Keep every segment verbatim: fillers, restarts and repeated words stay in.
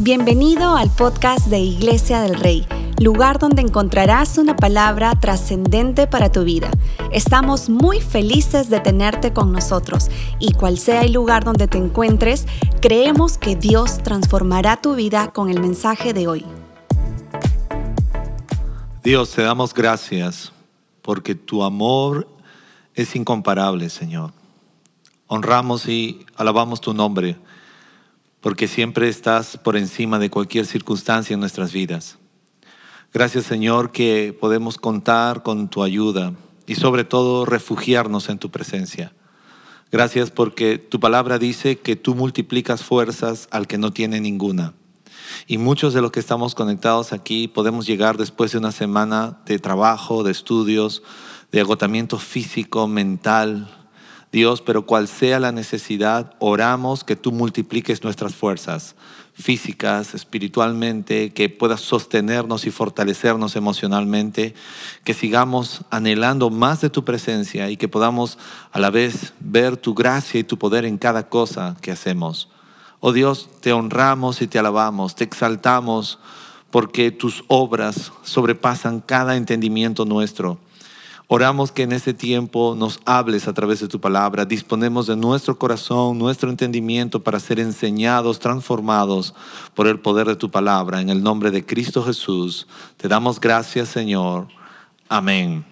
Bienvenido al podcast de Iglesia del Rey, lugar donde encontrarás una palabra trascendente para tu vida. Estamos muy felices de tenerte con nosotros y cual sea el lugar donde te encuentres, creemos que Dios transformará tu vida con el mensaje de hoy. Dios, te damos gracias porque tu amor es incomparable, Señor. Honramos y alabamos tu nombre porque siempre estás por encima de cualquier circunstancia en nuestras vidas. Gracias, Señor, que podemos contar con tu ayuda y sobre todo refugiarnos en tu presencia. Gracias porque tu palabra dice que tú multiplicas fuerzas al que no tiene ninguna. Y muchos de los que estamos conectados aquí podemos llegar después de una semana de trabajo, de estudios, de agotamiento físico, mental. Dios, pero cual sea la necesidad, oramos que tú multipliques nuestras fuerzas físicas, espiritualmente, que puedas sostenernos y fortalecernos emocionalmente, que sigamos anhelando más de tu presencia y que podamos a la vez ver tu gracia y tu poder en cada cosa que hacemos. Oh Dios, te honramos y te alabamos, te exaltamos porque tus obras sobrepasan cada entendimiento nuestro. Oramos que en este tiempo nos hables a través de tu palabra. Disponemos de nuestro corazón, nuestro entendimiento para ser enseñados, transformados por el poder de tu palabra. En el nombre de Cristo Jesús, te damos gracias, Señor. Amén.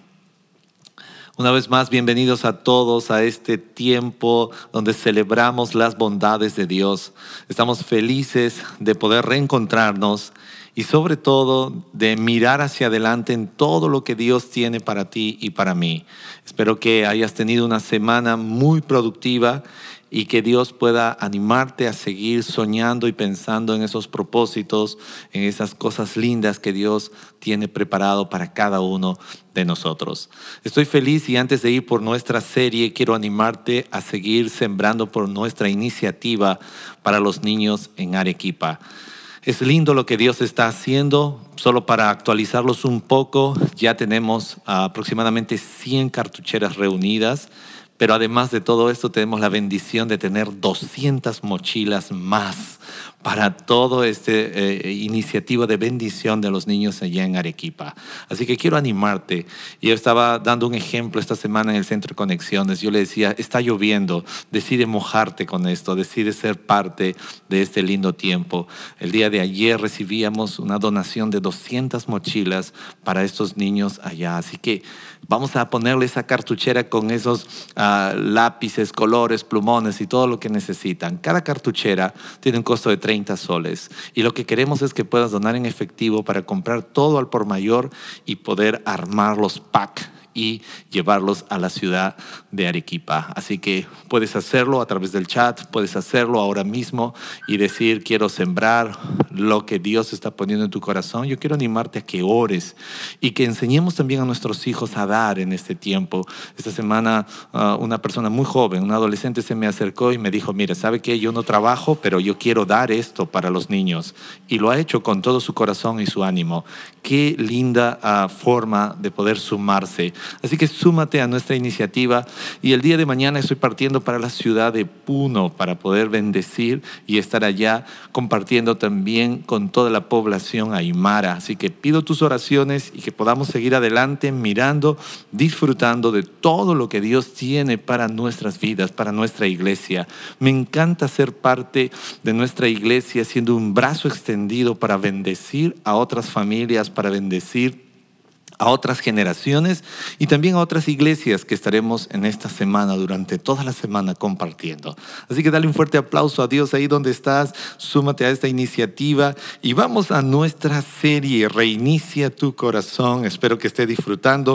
Una vez más, bienvenidos a todos a este tiempo donde celebramos las bondades de Dios. Estamos felices de poder reencontrarnos y sobre todo de mirar hacia adelante en todo lo que Dios tiene para ti y para mí. Espero que hayas tenido una semana muy productiva y que Dios pueda animarte a seguir soñando y pensando en esos propósitos, en esas cosas lindas que Dios tiene preparado para cada uno de nosotros. Estoy feliz y antes de ir por nuestra serie, quiero animarte a seguir sembrando por nuestra iniciativa para los niños en Arequipa. Es lindo lo que Dios está haciendo. Solo para actualizarlos un poco, ya tenemos aproximadamente cien cartucheras reunidas. Pero además de todo esto, tenemos la bendición de tener doscientas mochilas más para toda esta eh, iniciativa de bendición de los niños allá en Arequipa. Así que quiero animarte. Yo estaba dando un ejemplo esta semana en el Centro de Conexiones. Yo le decía, está lloviendo, decide mojarte con esto, decide ser parte de este lindo tiempo. El día de ayer recibíamos una donación de doscientas mochilas para estos niños allá. Así que vamos a ponerle esa cartuchera con esos uh, lápices, colores, plumones y todo lo que necesitan. Cada cartuchera tiene un costo de treinta soles. Y lo que queremos es que puedas donar en efectivo para comprar todo al por mayor y poder armar los packs y llevarlos a la ciudad de Arequipa. Así que puedes hacerlo a través del chat, puedes hacerlo ahora mismo y decir, quiero sembrar lo que Dios está poniendo en tu corazón. Yo quiero animarte a que ores y que enseñemos también a nuestros hijos a dar en este tiempo. Esta semana uh, una persona muy joven, un adolescente se me acercó y me dijo, mira, ¿sabe qué? Yo no trabajo, pero yo quiero dar esto para los niños. Y lo ha hecho con todo su corazón y su ánimo. Qué linda uh, forma de poder sumarse. Así que súmate a nuestra iniciativa y el día de mañana estoy partiendo para la ciudad de Puno para poder bendecir y estar allá compartiendo también con toda la población aymara. Así que pido tus oraciones y que podamos seguir adelante mirando, disfrutando de todo lo que Dios tiene para nuestras vidas, para nuestra iglesia. Me encanta ser parte de nuestra iglesia siendo un brazo extendido para bendecir a otras familias, para bendecir a otras generaciones y también a otras iglesias que estaremos en esta semana, durante toda la semana compartiendo. Así que dale un fuerte aplauso a Dios ahí donde estás, súmate a esta iniciativa y vamos a nuestra serie Reinicia tu corazón. Espero que esté disfrutando.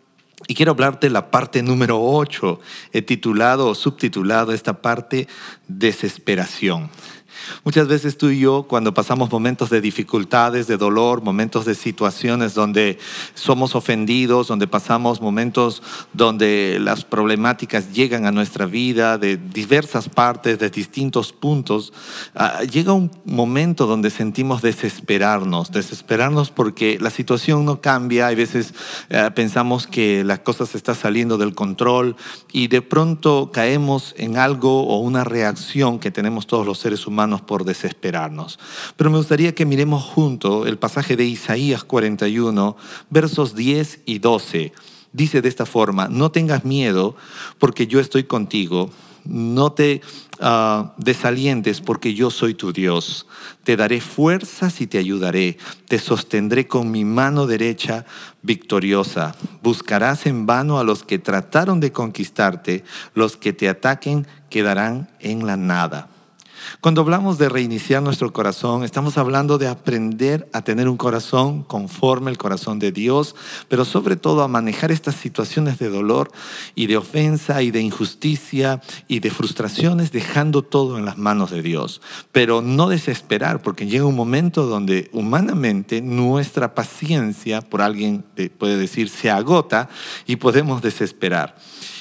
Y quiero hablarte de la parte número ocho. He titulado o subtitulado esta parte Desesperación. Muchas veces tú y yo, cuando pasamos momentos de dificultades, de dolor, momentos de situaciones donde somos ofendidos, donde pasamos momentos donde las problemáticas llegan a nuestra vida de diversas partes, de distintos puntos, uh, llega un momento donde sentimos desesperarnos, desesperarnos porque la situación no cambia. Hay veces uh, pensamos que la cosa se está saliendo del control y de pronto caemos en algo o una reacción que tenemos todos los seres humanos humanos por desesperarnos. Pero me gustaría que miremos juntos el pasaje de Isaías cuarenta y uno, versos diez y doce. Dice de esta forma: no tengas miedo porque yo estoy contigo. No te uh, desalientes porque yo soy tu Dios. Te daré fuerzas y te ayudaré. Te sostendré con mi mano derecha victoriosa. Buscarás en vano a los que trataron de conquistarte. Los que te ataquen quedarán en la nada. Cuando hablamos de reiniciar nuestro corazón, estamos hablando de aprender a tener un corazón conforme al corazón de Dios, pero sobre todo a manejar estas situaciones de dolor y de ofensa y de injusticia y de frustraciones, dejando todo en las manos de Dios. Pero no desesperar, porque llega un momento donde humanamente nuestra paciencia, por alguien puede decir, se agota y podemos desesperar.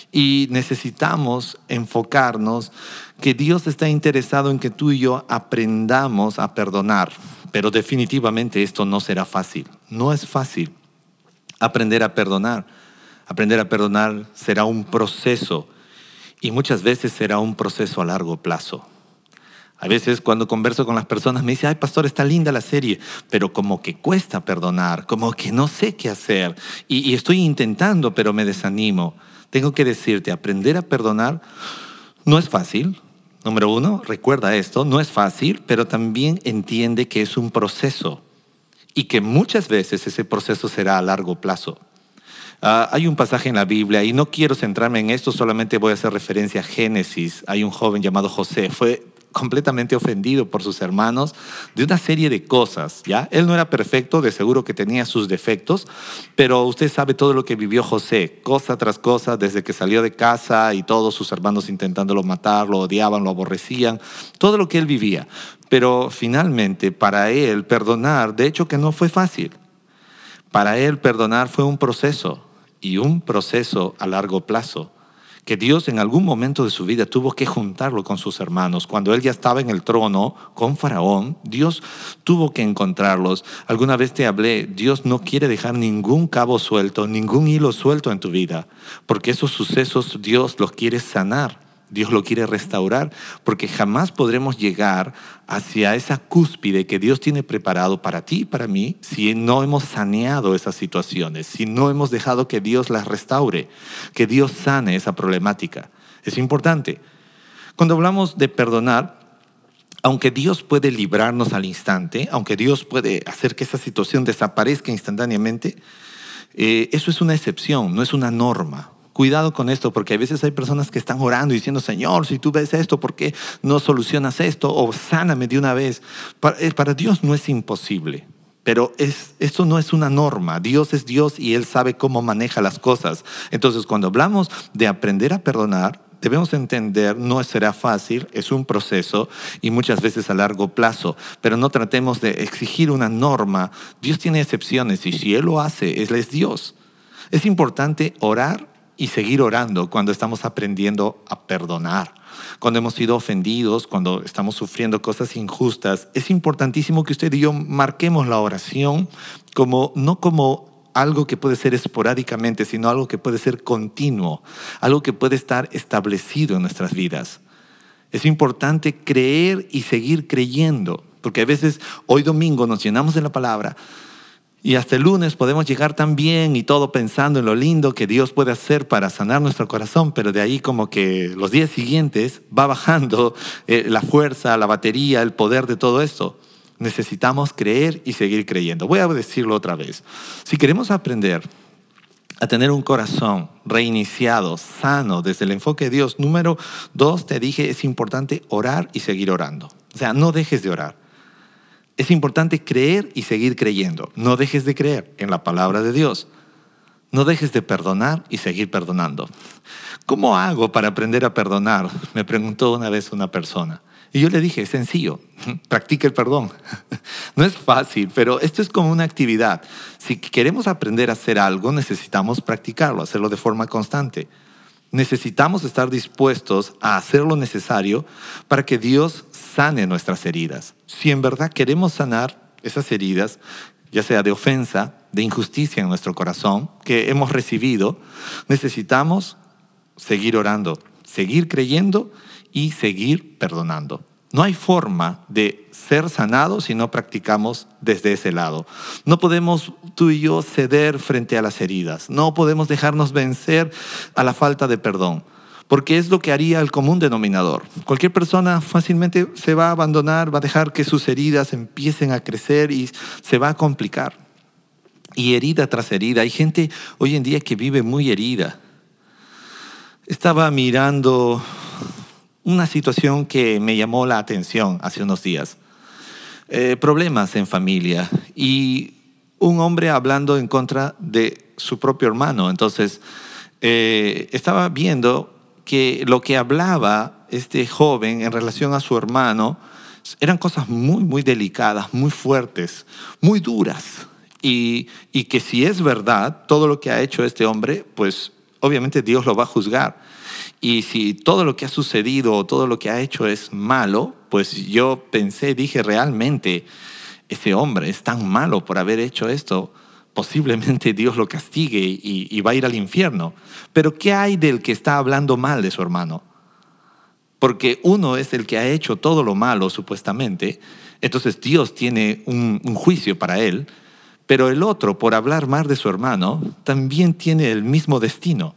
Y necesitamos enfocarnos que Dios está interesado en que tú y yo aprendamos a perdonar. Pero definitivamente esto no será fácil. No es fácil aprender a perdonar. Aprender a perdonar será un proceso y muchas veces será un proceso a largo plazo. A veces cuando converso con las personas me dicen: ay, pastor, está linda la serie, pero como que cuesta perdonar, como que no sé qué hacer. Y, y estoy intentando, pero me desanimo. Tengo que decirte, aprender a perdonar no es fácil. Número uno, recuerda esto, no es fácil, pero también entiende que es un proceso y que muchas veces ese proceso será a largo plazo. Uh, hay un pasaje en la Biblia, y no quiero centrarme en esto, solamente voy a hacer referencia a Génesis. Hay un joven llamado José, fue completamente ofendido por sus hermanos de una serie de cosas, ¿ya? Él no era perfecto, de seguro que tenía sus defectos, pero usted sabe todo lo que vivió José, cosa tras cosa, desde que salió de casa y todos sus hermanos intentándolo matar, lo odiaban, lo aborrecían, todo lo que él vivía. Pero finalmente, para él, perdonar, de hecho que no fue fácil. Para él, perdonar fue un proceso, y un proceso a largo plazo, que Dios en algún momento de su vida tuvo que juntarlo con sus hermanos. Cuando él ya estaba en el trono con Faraón, Dios tuvo que encontrarlos. Alguna vez te hablé, Dios no quiere dejar ningún cabo suelto, ningún hilo suelto en tu vida, porque esos sucesos Dios los quiere sanar. Dios lo quiere restaurar, porque jamás podremos llegar hacia esa cúspide que Dios tiene preparado para ti y para mí si no hemos saneado esas situaciones, si no hemos dejado que Dios las restaure, que Dios sane esa problemática. Es importante. Cuando hablamos de perdonar, aunque Dios puede librarnos al instante, aunque Dios puede hacer que esa situación desaparezca instantáneamente, eh, eso es una excepción, no es una norma. Cuidado con esto, porque a veces hay personas que están orando y diciendo: Señor, si tú ves esto, ¿por qué no solucionas esto? O sáname de una vez. Para, para Dios no es imposible, pero es, esto no es una norma. Dios es Dios y Él sabe cómo maneja las cosas. Entonces, cuando hablamos de aprender a perdonar, debemos entender, no será fácil, es un proceso y muchas veces a largo plazo, pero no tratemos de exigir una norma. Dios tiene excepciones y si Él lo hace, Él es Dios. Es importante orar y seguir orando cuando estamos aprendiendo a perdonar. Cuando hemos sido ofendidos, cuando estamos sufriendo cosas injustas, es importantísimo que usted y yo marquemos la oración como, no como algo que puede ser esporádicamente, sino algo que puede ser continuo, algo que puede estar establecido en nuestras vidas. Es importante creer y seguir creyendo, porque a veces hoy domingo nos llenamos de la palabra, y hasta el lunes podemos llegar tan bien y todo pensando en lo lindo que Dios puede hacer para sanar nuestro corazón, pero de ahí como que los días siguientes va bajando eh, la fuerza, la batería, el poder de todo esto. Necesitamos creer y seguir creyendo. Voy a decirlo otra vez. Si queremos aprender a tener un corazón reiniciado, sano, desde el enfoque de Dios, número dos, te dije, es importante orar y seguir orando. O sea, no dejes de orar. Es importante creer y seguir creyendo. No dejes de creer en la palabra de Dios. No dejes de perdonar y seguir perdonando. ¿Cómo hago para aprender a perdonar?, me preguntó una vez una persona. Y yo le dije, es sencillo, practica el perdón. No es fácil, pero esto es como una actividad. Si queremos aprender a hacer algo, necesitamos practicarlo, hacerlo de forma constante. Necesitamos estar dispuestos a hacer lo necesario para que Dios sane nuestras heridas. Si en verdad queremos sanar esas heridas, ya sea de ofensa, de injusticia en nuestro corazón, que hemos recibido, necesitamos seguir orando, seguir creyendo y seguir perdonando. No hay forma de ser sanados si no practicamos desde ese lado. No podemos tú y yo ceder frente a las heridas. No podemos dejarnos vencer a la falta de perdón, porque es lo que haría el común denominador. Cualquier persona fácilmente se va a abandonar, va a dejar que sus heridas empiecen a crecer y se va a complicar. Y herida tras herida. Hay gente hoy en día que vive muy herida. Estaba mirando una situación que me llamó la atención hace unos días. Eh, problemas en familia y un hombre hablando en contra de su propio hermano. Entonces, eh, estaba viendo que lo que hablaba este joven en relación a su hermano eran cosas muy, muy delicadas, muy fuertes, muy duras. Y, y que si es verdad todo lo que ha hecho este hombre, pues obviamente Dios lo va a juzgar. Y si todo lo que ha sucedido o todo lo que ha hecho es malo, pues yo pensé, dije, realmente ese hombre es tan malo por haber hecho esto, posiblemente Dios lo castigue y, y va a ir al infierno. Pero ¿qué hay del que está hablando mal de su hermano? Porque uno es el que ha hecho todo lo malo, supuestamente, entonces Dios tiene un, un juicio para él, pero el otro, por hablar mal de su hermano, también tiene el mismo destino.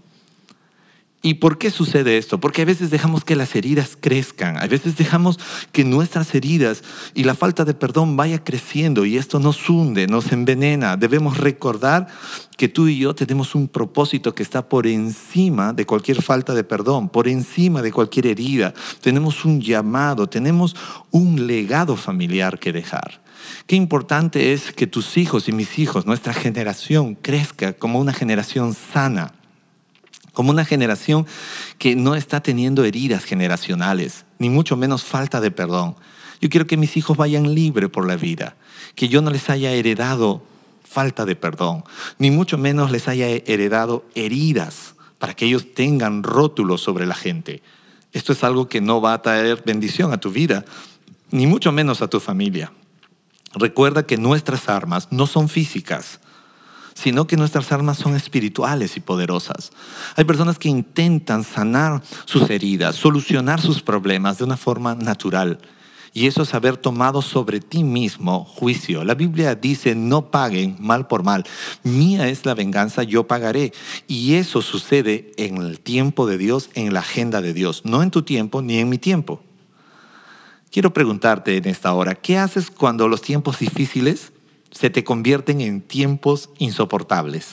¿Y por qué sucede esto? Porque a veces dejamos que las heridas crezcan, a veces dejamos que nuestras heridas y la falta de perdón vaya creciendo y esto nos hunde, nos envenena. Debemos recordar que tú y yo tenemos un propósito que está por encima de cualquier falta de perdón, por encima de cualquier herida. Tenemos un llamado, tenemos un legado familiar que dejar. Qué importante es que tus hijos y mis hijos, nuestra generación, crezca como una generación sana, como una generación que no está teniendo heridas generacionales, ni mucho menos falta de perdón. Yo quiero que mis hijos vayan libres por la vida, que yo no les haya heredado falta de perdón, ni mucho menos les haya heredado heridas para que ellos tengan rótulos sobre la gente. Esto es algo que no va a traer bendición a tu vida, ni mucho menos a tu familia. Recuerda que nuestras armas no son físicas, sino que nuestras armas son espirituales y poderosas. Hay personas que intentan sanar sus heridas, solucionar sus problemas de una forma natural. Y eso es haber tomado sobre ti mismo juicio. La Biblia dice, no paguen mal por mal. Mía es la venganza, yo pagaré. Y eso sucede en el tiempo de Dios, en la agenda de Dios. No en tu tiempo ni en mi tiempo. Quiero preguntarte en esta hora, ¿qué haces cuando los tiempos difíciles se te convierten en tiempos insoportables?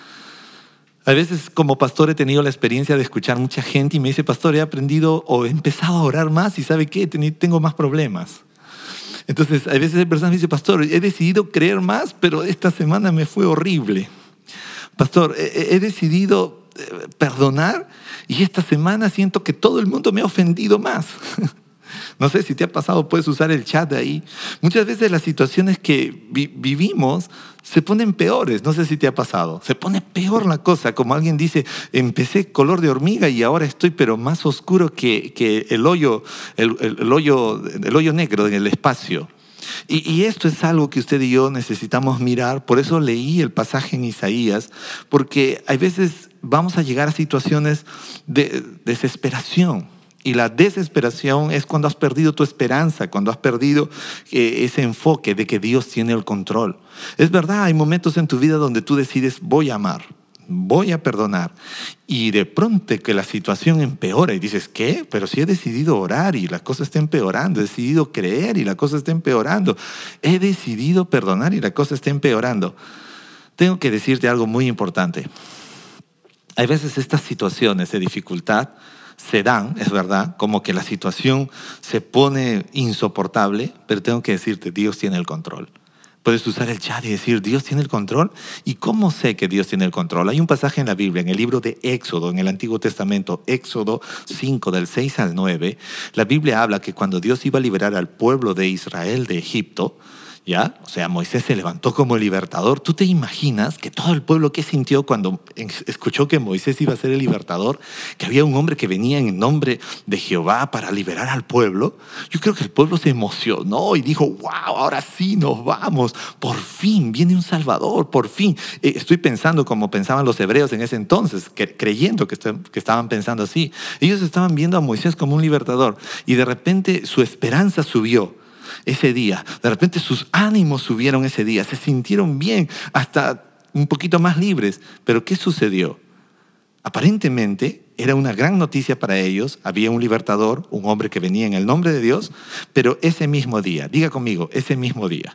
A veces como pastor he tenido la experiencia de escuchar mucha gente y me dice, pastor, he aprendido o he empezado a orar más y ¿sabe qué? Tengo más problemas. Entonces, a veces hay personas que me dicen, pastor, he decidido creer más, pero esta semana me fue horrible. Pastor, he, he decidido perdonar y esta semana siento que todo el mundo me ha ofendido más. No sé si te ha pasado, puedes usar el chat de ahí. Muchas veces las situaciones que vi- vivimos se ponen peores. No sé si te ha pasado. Se pone peor la cosa. Como alguien dice, empecé color de hormiga y ahora estoy pero más oscuro que, que el, hoyo, el, el, el, hoyo, el hoyo negro en el espacio. Y, y esto es algo que usted y yo necesitamos mirar. Por eso leí el pasaje en Isaías, porque hay veces vamos a llegar a situaciones de desesperación. Y la desesperación es cuando has perdido tu esperanza, cuando has perdido eh, ese enfoque de que Dios tiene el control. Es verdad, hay momentos en tu vida donde tú decides, voy a amar, voy a perdonar. Y de pronto que la situación empeora y dices, ¿qué? Pero si he decidido orar y la cosa está empeorando, he decidido creer y la cosa está empeorando, he decidido perdonar y la cosa está empeorando. Tengo que decirte algo muy importante. Hay veces estas situaciones de dificultad se dan, es verdad, como que la situación se pone insoportable, pero tengo que decirte, Dios tiene el control. Puedes usar el chat y decir, ¿Dios tiene el control? ¿Y cómo sé que Dios tiene el control? Hay un pasaje en la Biblia, en el libro de Éxodo, en el Antiguo Testamento, Éxodo cinco, del seis al nueve. La Biblia habla que cuando Dios iba a liberar al pueblo de Israel de Egipto, ¿Ya? O sea, Moisés se levantó como el libertador. ¿Tú te imaginas que todo el pueblo qué sintió cuando escuchó que Moisés iba a ser el libertador? Que había un hombre que venía en el nombre de Jehová para liberar al pueblo. Yo creo que el pueblo se emocionó y dijo, wow, ahora sí nos vamos. Por fin viene un salvador, por fin. Eh, estoy pensando como pensaban los hebreos en ese entonces, que, creyendo que, est- que estaban pensando así. Ellos estaban viendo a Moisés como un libertador y de repente su esperanza subió ese día. De repente sus ánimos subieron ese día, se sintieron bien, hasta un poquito más libres. Pero ¿qué sucedió? Aparentemente era una gran noticia para ellos, había un libertador, un hombre que venía en el nombre de Dios, pero ese mismo día, diga conmigo, ese mismo día,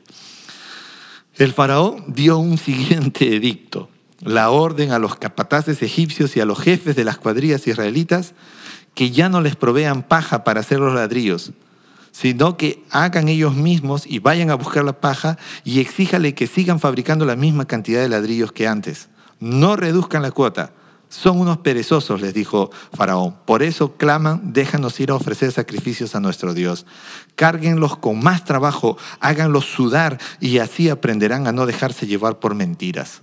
el faraón dio un siguiente edicto, la orden a los capataces egipcios y a los jefes de las cuadrillas israelitas que ya no les provean paja para hacer los ladrillos, sino que hagan ellos mismos y vayan a buscar la paja y exíjale que sigan fabricando la misma cantidad de ladrillos que antes. No reduzcan la cuota. Son unos perezosos, les dijo Faraón. Por eso claman, déjanos ir a ofrecer sacrificios a nuestro Dios. Cárguenlos con más trabajo, háganlos sudar y así aprenderán a no dejarse llevar por mentiras.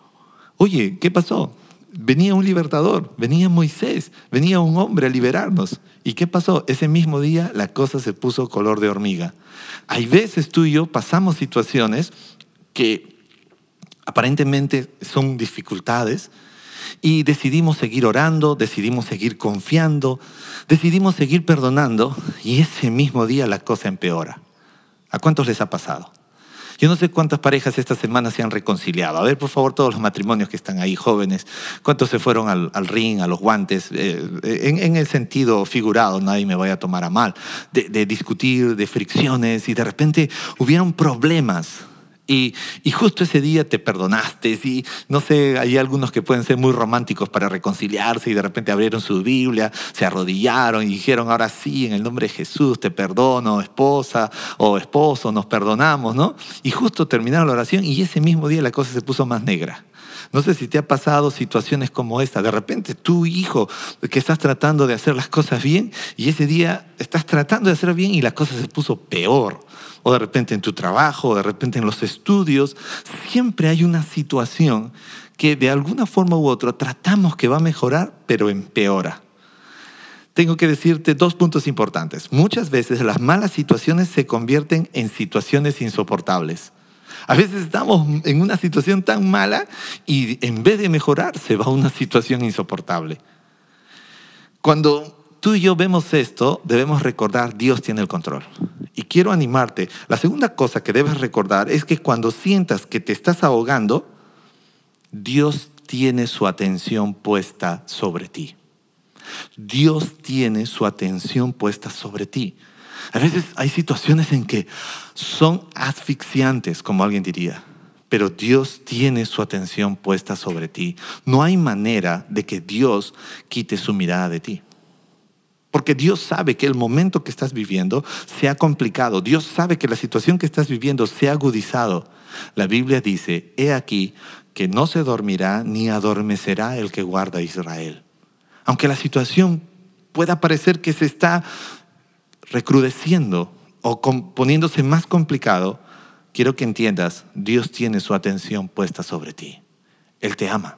Oye, ¿qué pasó? Venía un libertador, venía Moisés, venía un hombre a liberarnos. ¿Y qué pasó? Ese mismo día la cosa se puso color de hormiga. Hay veces tú y yo pasamos situaciones que aparentemente son dificultades y decidimos seguir orando, decidimos seguir confiando, decidimos seguir perdonando y ese mismo día la cosa empeora. ¿A cuántos les ha pasado? Yo no sé cuántas parejas esta semana se han reconciliado. A ver, por favor, todos los matrimonios que están ahí, jóvenes, ¿cuántos se fueron al, al ring, a los guantes? Eh, en, en el sentido figurado, nadie me vaya a tomar a mal, de, de discutir, de fricciones, y de repente hubieron problemas. Y, y justo ese día te perdonaste, y no sé, hay algunos que pueden ser muy románticos para reconciliarse y de repente abrieron su Biblia, se arrodillaron y dijeron, ahora sí, en el nombre de Jesús te perdono, esposa o esposo, nos perdonamos, ¿no? Y justo terminaron la oración y ese mismo día la cosa se puso más negra. No sé si te ha pasado situaciones como esta. De repente tu hijo que estás tratando de hacer las cosas bien y ese día estás tratando de hacer bien y la cosa se puso peor. O de repente en tu trabajo, o de repente en los estudios. Siempre hay una situación que de alguna forma u otra tratamos que va a mejorar, pero empeora. Tengo que decirte dos puntos importantes. Muchas veces las malas situaciones se convierten en situaciones insoportables. A veces estamos en una situación tan mala y en vez de mejorar se va a una situación insoportable. Cuando tú y yo vemos esto, debemos recordar Dios tiene el control. Y quiero animarte. La segunda cosa que debes recordar es que cuando sientas que te estás ahogando, Dios tiene su atención puesta sobre ti. Dios tiene su atención puesta sobre ti. A veces hay situaciones en que son asfixiantes, como alguien diría, pero Dios tiene su atención puesta sobre ti. No hay manera de que Dios quite su mirada de ti. Porque Dios sabe que el momento que estás viviendo se ha complicado. Dios sabe que la situación que estás viviendo se ha agudizado. La Biblia dice, he aquí que no se dormirá ni adormecerá el que guarda a Israel. Aunque la situación pueda parecer que se está recrudeciendo o poniéndose más complicado, quiero que entiendas, Dios tiene su atención puesta sobre ti. Él te ama.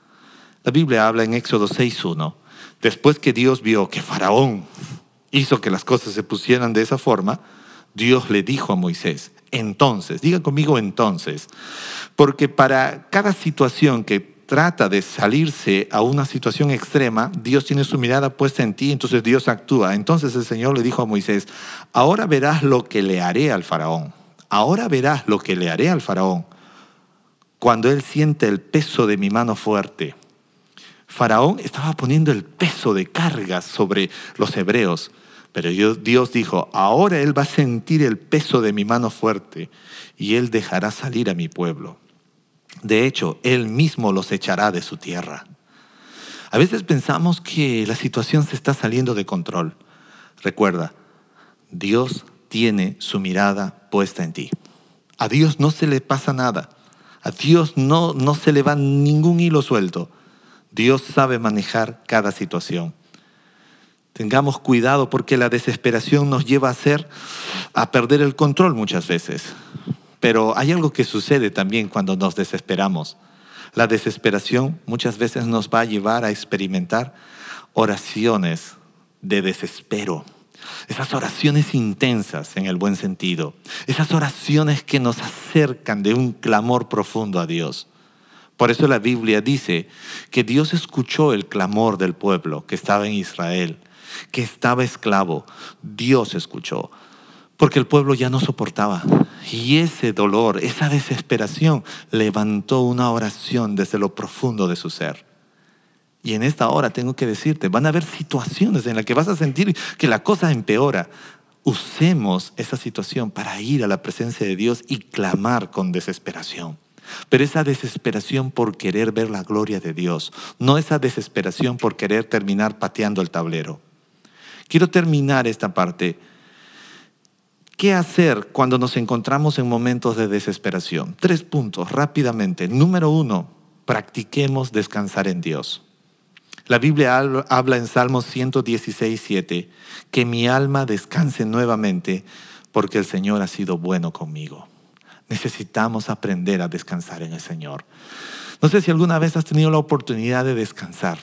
La Biblia habla en Éxodo seis uno. Después que Dios vio que Faraón hizo que las cosas se pusieran de esa forma, Dios le dijo a Moisés, entonces, diga conmigo entonces, porque para cada situación que trata de salirse a una situación extrema, Dios tiene su mirada puesta en ti, entonces Dios actúa. Entonces el Señor le dijo a Moisés, ahora verás lo que le haré al faraón. Ahora verás lo que le haré al faraón cuando él siente el peso de mi mano fuerte. Faraón estaba poniendo el peso de cargas sobre los hebreos, pero Dios dijo, ahora él va a sentir el peso de mi mano fuerte y él dejará salir a mi pueblo. De hecho, él mismo los echará de su tierra. A veces pensamos que la situación se está saliendo de control. Recuerda, Dios tiene su mirada puesta en ti. A Dios no se le pasa nada. A Dios no, no se le va ningún hilo suelto. Dios sabe manejar cada situación. Tengamos cuidado porque la desesperación nos lleva a hacer, a perder el control muchas veces. Pero hay algo que sucede también cuando nos desesperamos. La desesperación muchas veces nos va a llevar a experimentar oraciones de desespero. Esas oraciones intensas en el buen sentido. Esas oraciones que nos acercan de un clamor profundo a Dios. Por eso la Biblia dice que Dios escuchó el clamor del pueblo que estaba en Israel, que estaba esclavo. Dios escuchó, porque el pueblo ya no soportaba. Y ese dolor, esa desesperación, levantó una oración desde lo profundo de su ser. Y en esta hora tengo que decirte, van a haber situaciones en las que vas a sentir que la cosa empeora. Usemos esa situación para ir a la presencia de Dios y clamar con desesperación. Pero esa desesperación por querer ver la gloria de Dios, no esa desesperación por querer terminar pateando el tablero. Quiero terminar esta parte. ¿Qué hacer cuando nos encontramos en momentos de desesperación? Tres puntos, rápidamente. Número uno, practiquemos descansar en Dios. La Biblia habla en Salmos ciento dieciséis, siete, que mi alma descanse nuevamente porque el Señor ha sido bueno conmigo. Necesitamos aprender a descansar en el Señor. No sé si alguna vez has tenido la oportunidad de descansar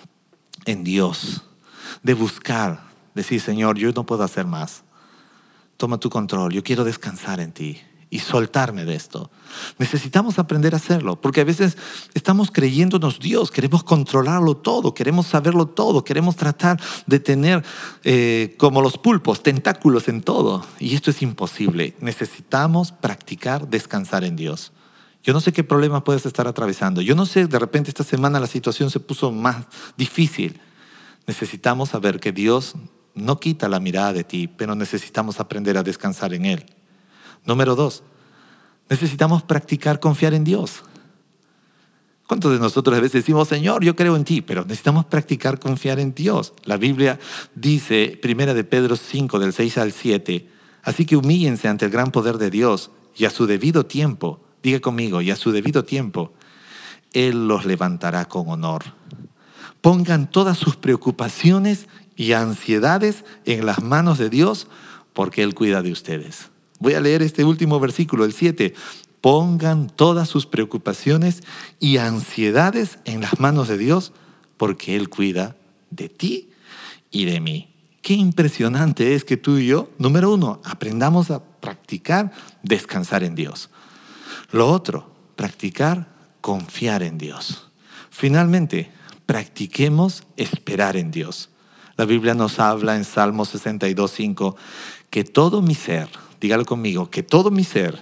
en Dios, de buscar, decir, Señor, yo no puedo hacer más. Toma tu control, yo quiero descansar en ti y soltarme de esto. Necesitamos aprender a hacerlo, porque a veces estamos creyéndonos Dios, queremos controlarlo todo, queremos saberlo todo, queremos tratar de tener, eh, como los pulpos, tentáculos en todo. Y esto es imposible. Necesitamos practicar descansar en Dios. Yo no sé qué problema puedes estar atravesando. Yo no sé, de repente esta semana la situación se puso más difícil. Necesitamos saber que Dios no quita la mirada de ti, pero necesitamos aprender a descansar en Él. Número dos, necesitamos practicar confiar en Dios. ¿Cuántos de nosotros a veces decimos, Señor, yo creo en ti? Pero necesitamos practicar confiar en Dios. La Biblia dice, primera de Pedro cinco, del seis al siete, así que humíllense ante el gran poder de Dios y a su debido tiempo, diga conmigo, y a su debido tiempo, Él los levantará con honor. Pongan todas sus preocupaciones y ansiedades en las manos de Dios, porque Él cuida de ustedes. Voy a leer este último versículo, el siete. Pongan todas sus preocupaciones y ansiedades en las manos de Dios, porque Él cuida de ti y de mí. Qué impresionante es que tú y yo, número uno, aprendamos a practicar descansar en Dios. Lo otro, practicar confiar en Dios. Finalmente, practiquemos esperar en Dios. La Biblia nos habla en Salmo sesenta y dos, cinco, que todo mi ser, dígalo conmigo, que todo mi ser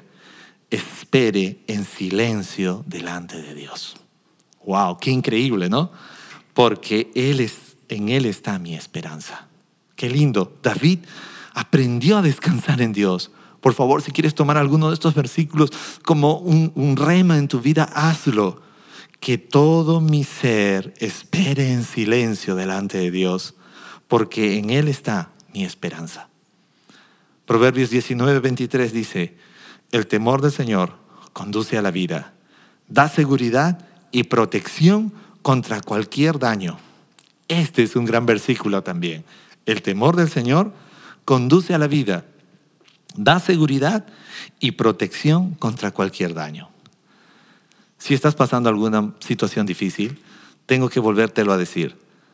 espere en silencio delante de Dios. Wow, qué increíble, ¿no? Porque él es, en Él está mi esperanza. Qué lindo. David aprendió a descansar en Dios. Por favor, si quieres tomar alguno de estos versículos como un, un rema en tu vida, hazlo. Que todo mi ser espere en silencio delante de Dios, porque en Él está mi esperanza. Proverbios diecinueve, veintitrés dice, el temor del Señor conduce a la vida, da seguridad y protección contra cualquier daño. Este es un gran versículo también. El temor del Señor conduce a la vida, da seguridad y protección contra cualquier daño. Si estás pasando alguna situación difícil, tengo que volvértelo a decir.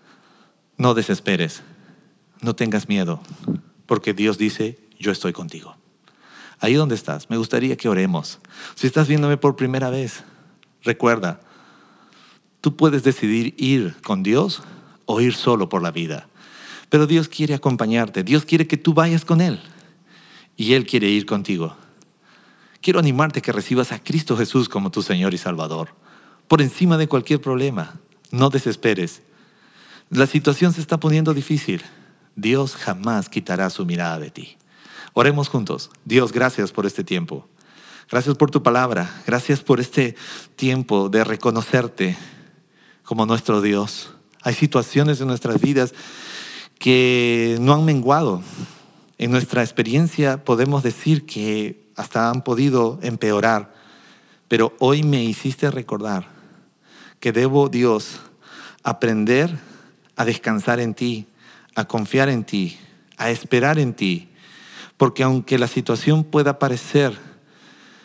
No desesperes, no tengas miedo, porque Dios dice, yo estoy contigo. Ahí donde estás, me gustaría que oremos. Si estás viéndome por primera vez, recuerda, tú puedes decidir ir con Dios o ir solo por la vida. Pero Dios quiere acompañarte, Dios quiere que tú vayas con Él y Él quiere ir contigo. Quiero animarte a que recibas a Cristo Jesús como tu Señor y Salvador. Por encima de cualquier problema, no desesperes. La situación se está poniendo difícil. Dios jamás quitará su mirada de ti. Oremos juntos. Dios, gracias por este tiempo. Gracias por tu palabra. Gracias por este tiempo de reconocerte como nuestro Dios. Hay situaciones en nuestras vidas que no han menguado. En nuestra experiencia podemos decir que hasta han podido empeorar. Pero hoy me hiciste recordar que debo, Dios, aprender a descansar en ti, a confiar en ti, a esperar en ti. Porque aunque la situación pueda parecer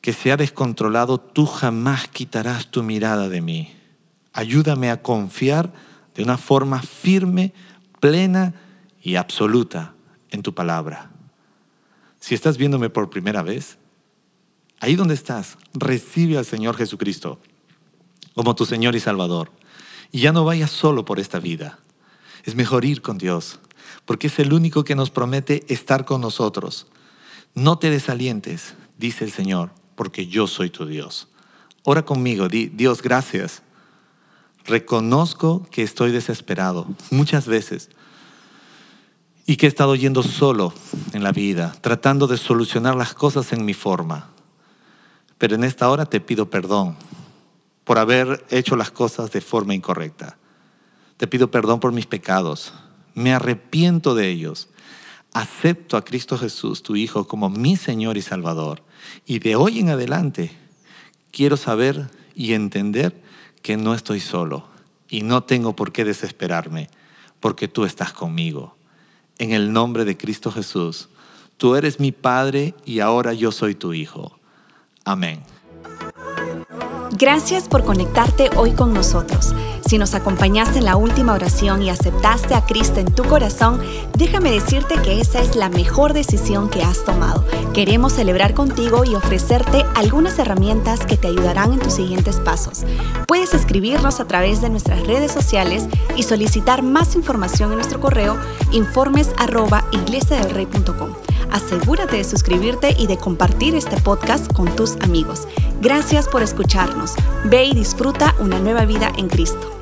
que se ha descontrolado, tú jamás quitarás tu mirada de mí. Ayúdame a confiar de una forma firme, plena y absoluta en tu palabra. Si estás viéndome por primera vez, ahí donde estás, recibe al Señor Jesucristo como tu Señor y Salvador. Y ya no vayas solo por esta vida. Es mejor ir con Dios, porque es el único que nos promete estar con nosotros. No te desalientes, dice el Señor, porque yo soy tu Dios. Ora conmigo, di, Dios, gracias. Reconozco que estoy desesperado muchas veces y que he estado yendo solo en la vida, tratando de solucionar las cosas en mi forma. Pero en esta hora te pido perdón por haber hecho las cosas de forma incorrecta. Te pido perdón por mis pecados. Me arrepiento de ellos. Acepto a Cristo Jesús, tu Hijo, como mi Señor y Salvador. Y de hoy en adelante quiero saber y entender que no estoy solo y no tengo por qué desesperarme, porque tú estás conmigo. En el nombre de Cristo Jesús, tú eres mi Padre y ahora yo soy tu Hijo. Amén. Gracias por conectarte hoy con nosotros. Si nos acompañaste en la última oración y aceptaste a Cristo en tu corazón, déjame decirte que esa es la mejor decisión que has tomado. Queremos celebrar contigo y ofrecerte algunas herramientas que te ayudarán en tus siguientes pasos. Puedes escribirnos a través de nuestras redes sociales y solicitar más información en nuestro correo informes arroba iglesia del rey punto com. Asegúrate de suscribirte y de compartir este podcast con tus amigos. Gracias por escucharnos. Ve y disfruta una nueva vida en Cristo.